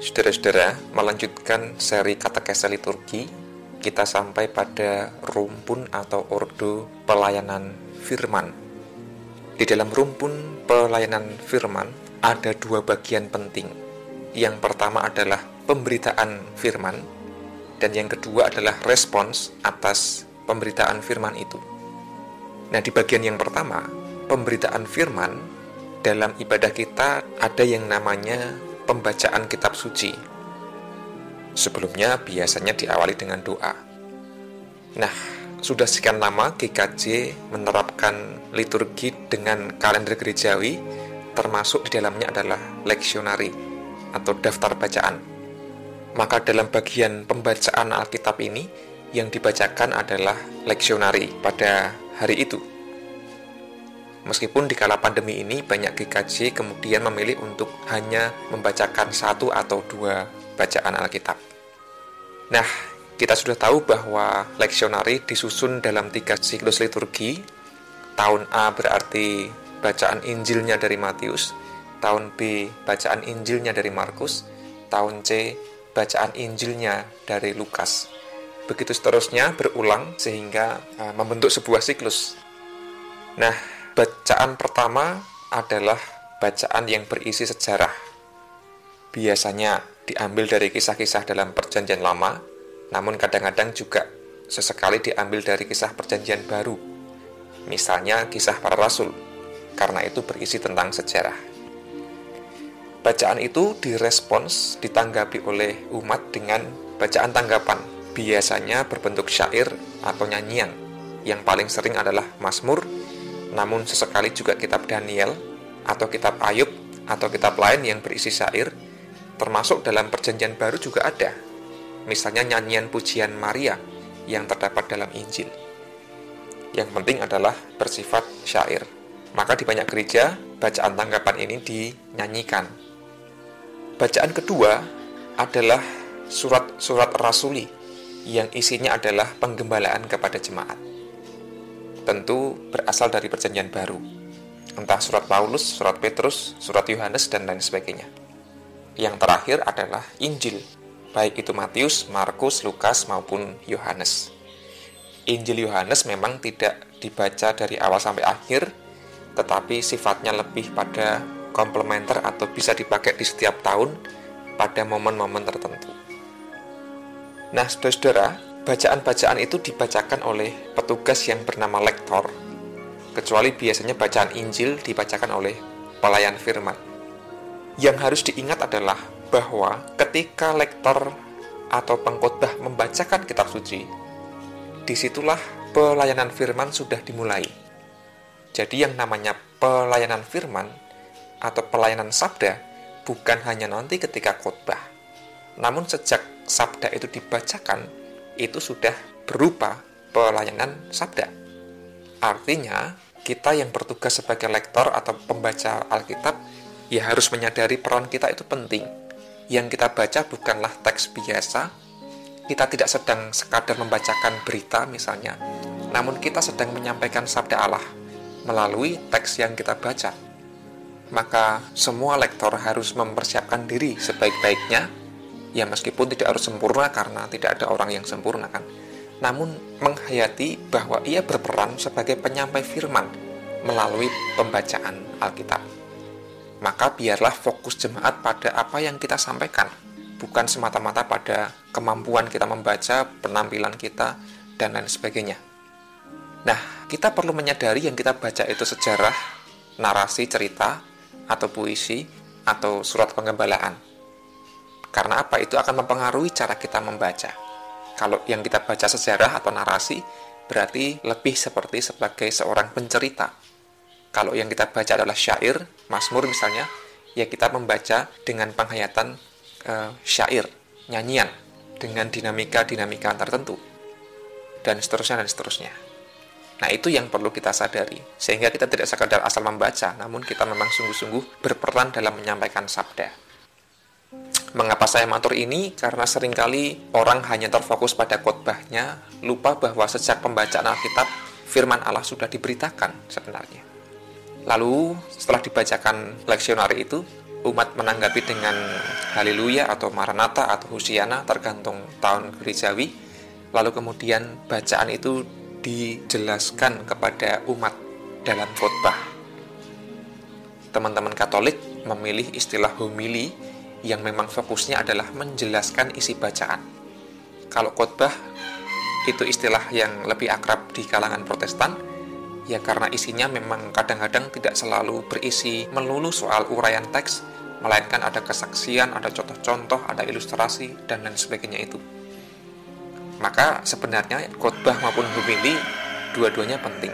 Saudara-saudara, melanjutkan seri katekese liturgi, kita sampai pada rumpun atau ordo pelayanan firman. Di dalam rumpun pelayanan firman ada dua bagian penting. Yang pertama adalah pemberitaan firman, dan yang kedua adalah respons atas pemberitaan firman itu. Nah, di bagian yang pertama, pemberitaan firman, dalam ibadah kita ada yang namanya pembacaan kitab suci. Sebelumnya biasanya diawali dengan doa. Nah, sudah sekian lama GKJ menerapkan liturgi dengan kalender gerejawi, termasuk di dalamnya adalah leksionari atau daftar bacaan. Maka dalam bagian pembacaan Alkitab ini, yang dibacakan adalah leksionari pada hari itu. Meskipun di kala pandemi ini banyak GKJ kemudian memilih untuk hanya membacakan 1 atau 2 bacaan Alkitab. Nah, kita sudah tahu bahwa leksionari disusun dalam 3 siklus liturgi. Tahun A berarti bacaan Injilnya dari Matius, tahun B bacaan Injilnya dari Markus, tahun C bacaan Injilnya dari Lukas. Begitu seterusnya berulang sehingga membentuk sebuah siklus. Nah, bacaan pertama adalah bacaan yang berisi sejarah. Biasanya diambil dari kisah-kisah dalam Perjanjian Lama, namun kadang-kadang juga sesekali diambil dari kisah Perjanjian Baru. Misalnya kisah para rasul, karena itu berisi tentang sejarah. Bacaan itu direspons, ditanggapi oleh umat dengan bacaan tanggapan, biasanya berbentuk syair atau nyanyian. Yang paling sering adalah Mazmur, namun sesekali juga kitab Daniel, atau kitab Ayub, atau kitab lain yang berisi syair, termasuk dalam Perjanjian Baru juga ada. Misalnya nyanyian pujian Maria yang terdapat dalam Injil. Yang penting adalah bersifat syair. Maka di banyak gereja, bacaan tanggapan ini dinyanyikan. Bacaan kedua adalah surat-surat rasuli, yang isinya adalah penggembalaan kepada jemaat. Tentu berasal dari Perjanjian Baru, entah surat Paulus, surat Petrus, surat Yohanes, dan lain sebagainya. Yang terakhir adalah Injil, baik itu Matius, Markus, Lukas, maupun Yohanes. Injil Yohanes memang tidak dibaca dari awal sampai akhir, tetapi sifatnya lebih pada komplementer atau bisa dipakai di setiap tahun pada momen-momen tertentu. Nah, saudara-saudara, bacaan-bacaan itu dibacakan oleh petugas yang bernama lektor, kecuali biasanya bacaan Injil dibacakan oleh pelayan firman. Yang harus diingat adalah bahwa ketika lektor atau pengkhotbah membacakan kitab suci, disitulah pelayanan firman sudah dimulai. Jadi yang namanya pelayanan firman atau pelayanan sabda bukan hanya nanti ketika khotbah, namun sejak sabda itu dibacakan, itu sudah berupa pelayanan sabda. Artinya, kita yang bertugas sebagai lektor atau pembaca Alkitab, ya harus menyadari peran kita itu penting. Yang kita baca bukanlah teks biasa, kita tidak sedang sekadar membacakan berita misalnya, namun kita sedang menyampaikan sabda Allah melalui teks yang kita baca. Maka semua lektor harus mempersiapkan diri sebaik-baiknya, ya meskipun tidak harus sempurna karena tidak ada orang yang sempurna kan, namun menghayati bahwa ia berperan sebagai penyampai firman melalui pembacaan Alkitab. Maka biarlah fokus jemaat pada apa yang kita sampaikan, bukan semata-mata pada kemampuan kita membaca, penampilan kita, dan lain sebagainya. Nah, kita perlu menyadari yang kita baca itu sejarah, narasi, cerita, atau puisi, atau surat penggembalaan. Karena apa? Itu akan mempengaruhi cara kita membaca. Kalau yang kita baca sejarah atau narasi, berarti lebih sebagai seorang pencerita. Kalau yang kita baca adalah syair, Mazmur misalnya, ya kita membaca dengan penghayatan syair, nyanyian, dengan dinamika-dinamika tertentu, dan seterusnya, dan seterusnya. Nah, itu yang perlu kita sadari, sehingga kita tidak sekadar asal membaca, namun kita memang sungguh-sungguh berperan dalam menyampaikan sabda. Mengapa saya matur ini? Karena seringkali orang hanya terfokus pada khotbahnya, lupa bahwa sejak pembacaan Alkitab, firman Allah sudah diberitakan sebenarnya. Lalu setelah dibacakan leksionari itu, umat menanggapi dengan Haleluya atau Maranatha atau Hosiana tergantung tahun gerejawi. Lalu kemudian bacaan itu dijelaskan kepada umat dalam khotbah. Teman-teman Katolik memilih istilah homili yang memang fokusnya adalah menjelaskan isi bacaan. Kalau khotbah itu istilah yang lebih akrab di kalangan Protestan, ya karena isinya memang kadang-kadang tidak selalu berisi melulu soal uraian teks, melainkan ada kesaksian, ada contoh-contoh, ada ilustrasi, dan lain sebagainya itu. Maka sebenarnya khotbah maupun homili dua-duanya penting.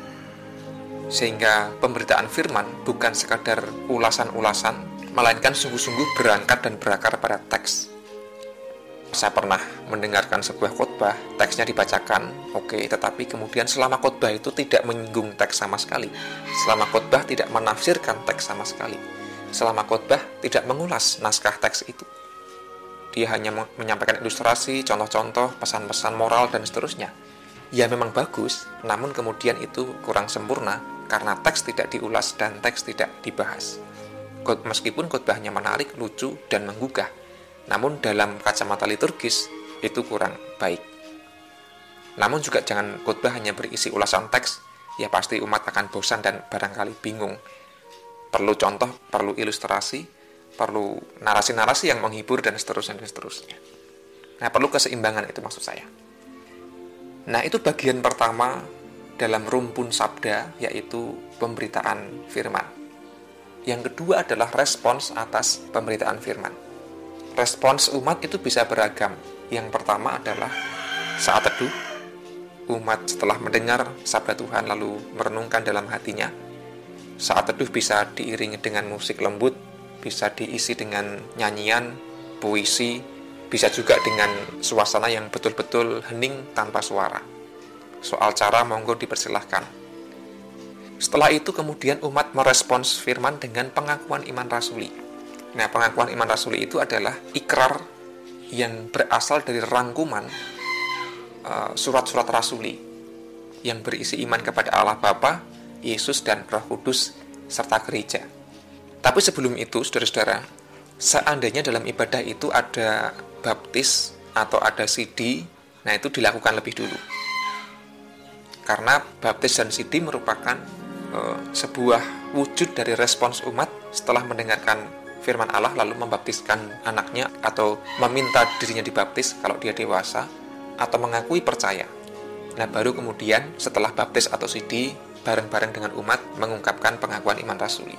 Sehingga pemberitaan firman bukan sekadar ulasan-ulasan, melainkan sungguh-sungguh berangkat dan berakar pada teks. Saya pernah mendengarkan sebuah khotbah, teksnya dibacakan, oke, tetapi kemudian selama khotbah itu tidak menyinggung teks sama sekali. Selama khotbah tidak menafsirkan teks sama sekali. Selama khotbah tidak mengulas naskah teks itu. Dia hanya menyampaikan ilustrasi, contoh-contoh, pesan-pesan moral, dan seterusnya. Ya memang bagus, namun kemudian itu kurang sempurna karena teks tidak diulas dan teks tidak dibahas. Meskipun khotbahnya menarik, lucu, dan menggugah, namun dalam kacamata liturgis itu kurang baik. Namun juga jangan khotbah hanya berisi ulasan teks, ya pasti umat akan bosan dan barangkali bingung. Perlu contoh, perlu ilustrasi, perlu narasi-narasi yang menghibur dan seterusnya dan seterusnya. Nah, perlu keseimbangan itu maksud saya. Nah, itu bagian pertama dalam rumpun sabda, yaitu pemberitaan firman. Yang kedua adalah respons atas pemberitaan firman. Respons umat itu bisa beragam. Yang pertama adalah saat teduh. Umat setelah mendengar sabda Tuhan lalu merenungkan dalam hatinya. Saat teduh bisa diiringi dengan musik lembut, bisa diisi dengan nyanyian, puisi, bisa juga dengan suasana yang betul-betul hening tanpa suara. Soal cara monggo dipersilahkan. Setelah itu kemudian umat merespons firman dengan pengakuan iman rasuli. Nah, pengakuan iman rasuli itu adalah ikrar yang berasal dari rangkuman surat-surat rasuli yang berisi iman kepada Allah Bapa, Yesus, dan Roh Kudus, serta gereja. Tapi sebelum itu, saudara-saudara, seandainya dalam ibadah itu ada baptis atau ada sidi, nah itu dilakukan lebih dulu. Karena baptis dan sidi merupakan sebuah wujud dari respons umat setelah mendengarkan firman Allah lalu membaptiskan anaknya atau meminta dirinya dibaptis kalau dia dewasa atau mengakui percaya. Nah, baru kemudian setelah baptis atau sidi bareng-bareng dengan umat mengungkapkan pengakuan iman rasuli.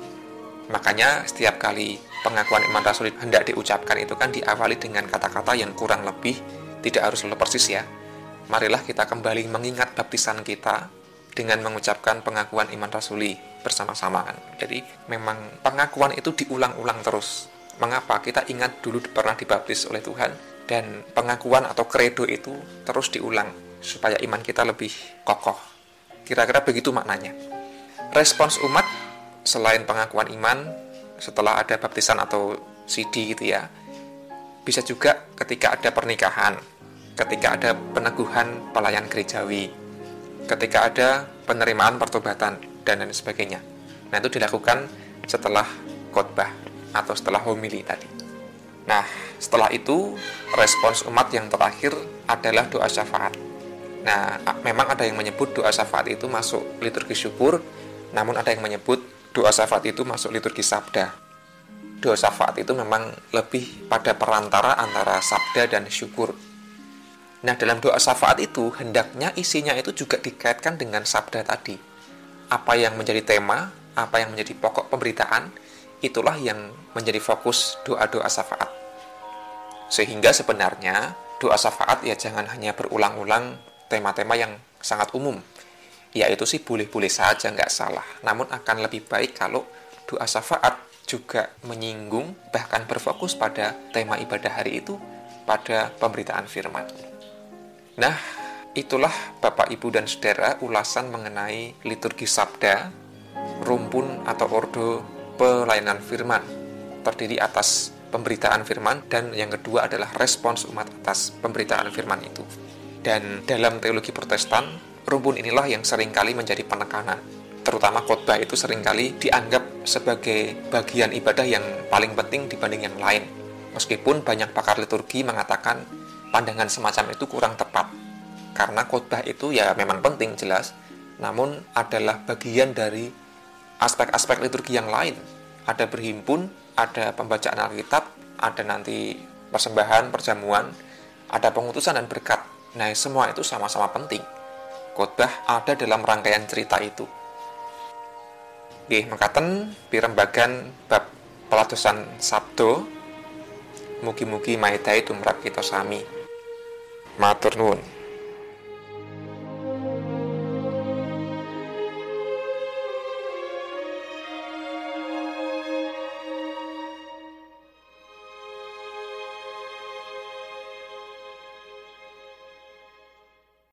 Makanya setiap kali pengakuan iman rasuli hendak diucapkan itu kan diawali dengan kata-kata yang kurang lebih tidak harus selalu persis ya. Marilah kita kembali mengingat baptisan kita dengan mengucapkan pengakuan iman rasuli bersama-sama kan. Jadi memang pengakuan itu diulang-ulang terus. Mengapa? Kita ingat dulu pernah dibaptis oleh Tuhan dan pengakuan atau kredo itu terus diulang supaya iman kita lebih kokoh. Kira-kira begitu maknanya. Respons umat selain pengakuan iman setelah ada baptisan atau sidi gitu ya, bisa juga ketika ada pernikahan, ketika ada peneguhan pelayan gerejawi, ketika ada penerimaan pertobatan, dan lain sebagainya. Nah, itu dilakukan setelah khotbah atau setelah homili tadi. Nah, setelah itu, respons umat yang terakhir adalah doa syafaat. Nah, memang ada yang menyebut doa syafaat itu masuk liturgi syukur, namun ada yang menyebut doa syafaat itu masuk liturgi sabda. Doa syafaat itu memang lebih pada perantara antara sabda dan syukur. Nah, dalam doa syafaat itu, hendaknya isinya itu juga dikaitkan dengan sabda tadi. Apa yang menjadi tema, apa yang menjadi pokok pemberitaan, itulah yang menjadi fokus doa-doa syafaat. Sehingga sebenarnya doa syafaat ya jangan hanya berulang-ulang tema-tema yang sangat umum. Ya itu sih boleh-boleh saja, nggak salah. Namun akan lebih baik kalau doa syafaat juga menyinggung, bahkan berfokus pada tema ibadah hari itu, pada pemberitaan firman. Nah, itulah Bapak, Ibu, dan Saudara ulasan mengenai liturgi sabda, rumpun atau ordo pelayanan firman. Terdiri atas pemberitaan firman dan yang kedua adalah respons umat atas pemberitaan firman itu. Dan dalam teologi Protestan, rumpun inilah yang seringkali menjadi penekanan. Terutama khotbah itu seringkali dianggap sebagai bagian ibadah yang paling penting dibanding yang lain. Meskipun banyak pakar liturgi mengatakan pandangan semacam itu kurang tepat. Karena khotbah itu ya memang penting jelas, namun adalah bagian dari aspek-aspek liturgi yang lain. Ada berhimpun, ada pembacaan Alkitab, ada nanti persembahan, perjamuan, ada pengutusan dan berkat. Nah, semua itu sama-sama penting. Khotbah ada dalam rangkaian cerita itu. Nggih, mekaten pirembagan bab peladosan sabdo. Mugi-mugi maedhae tumrap kita sami. Matur nuwun.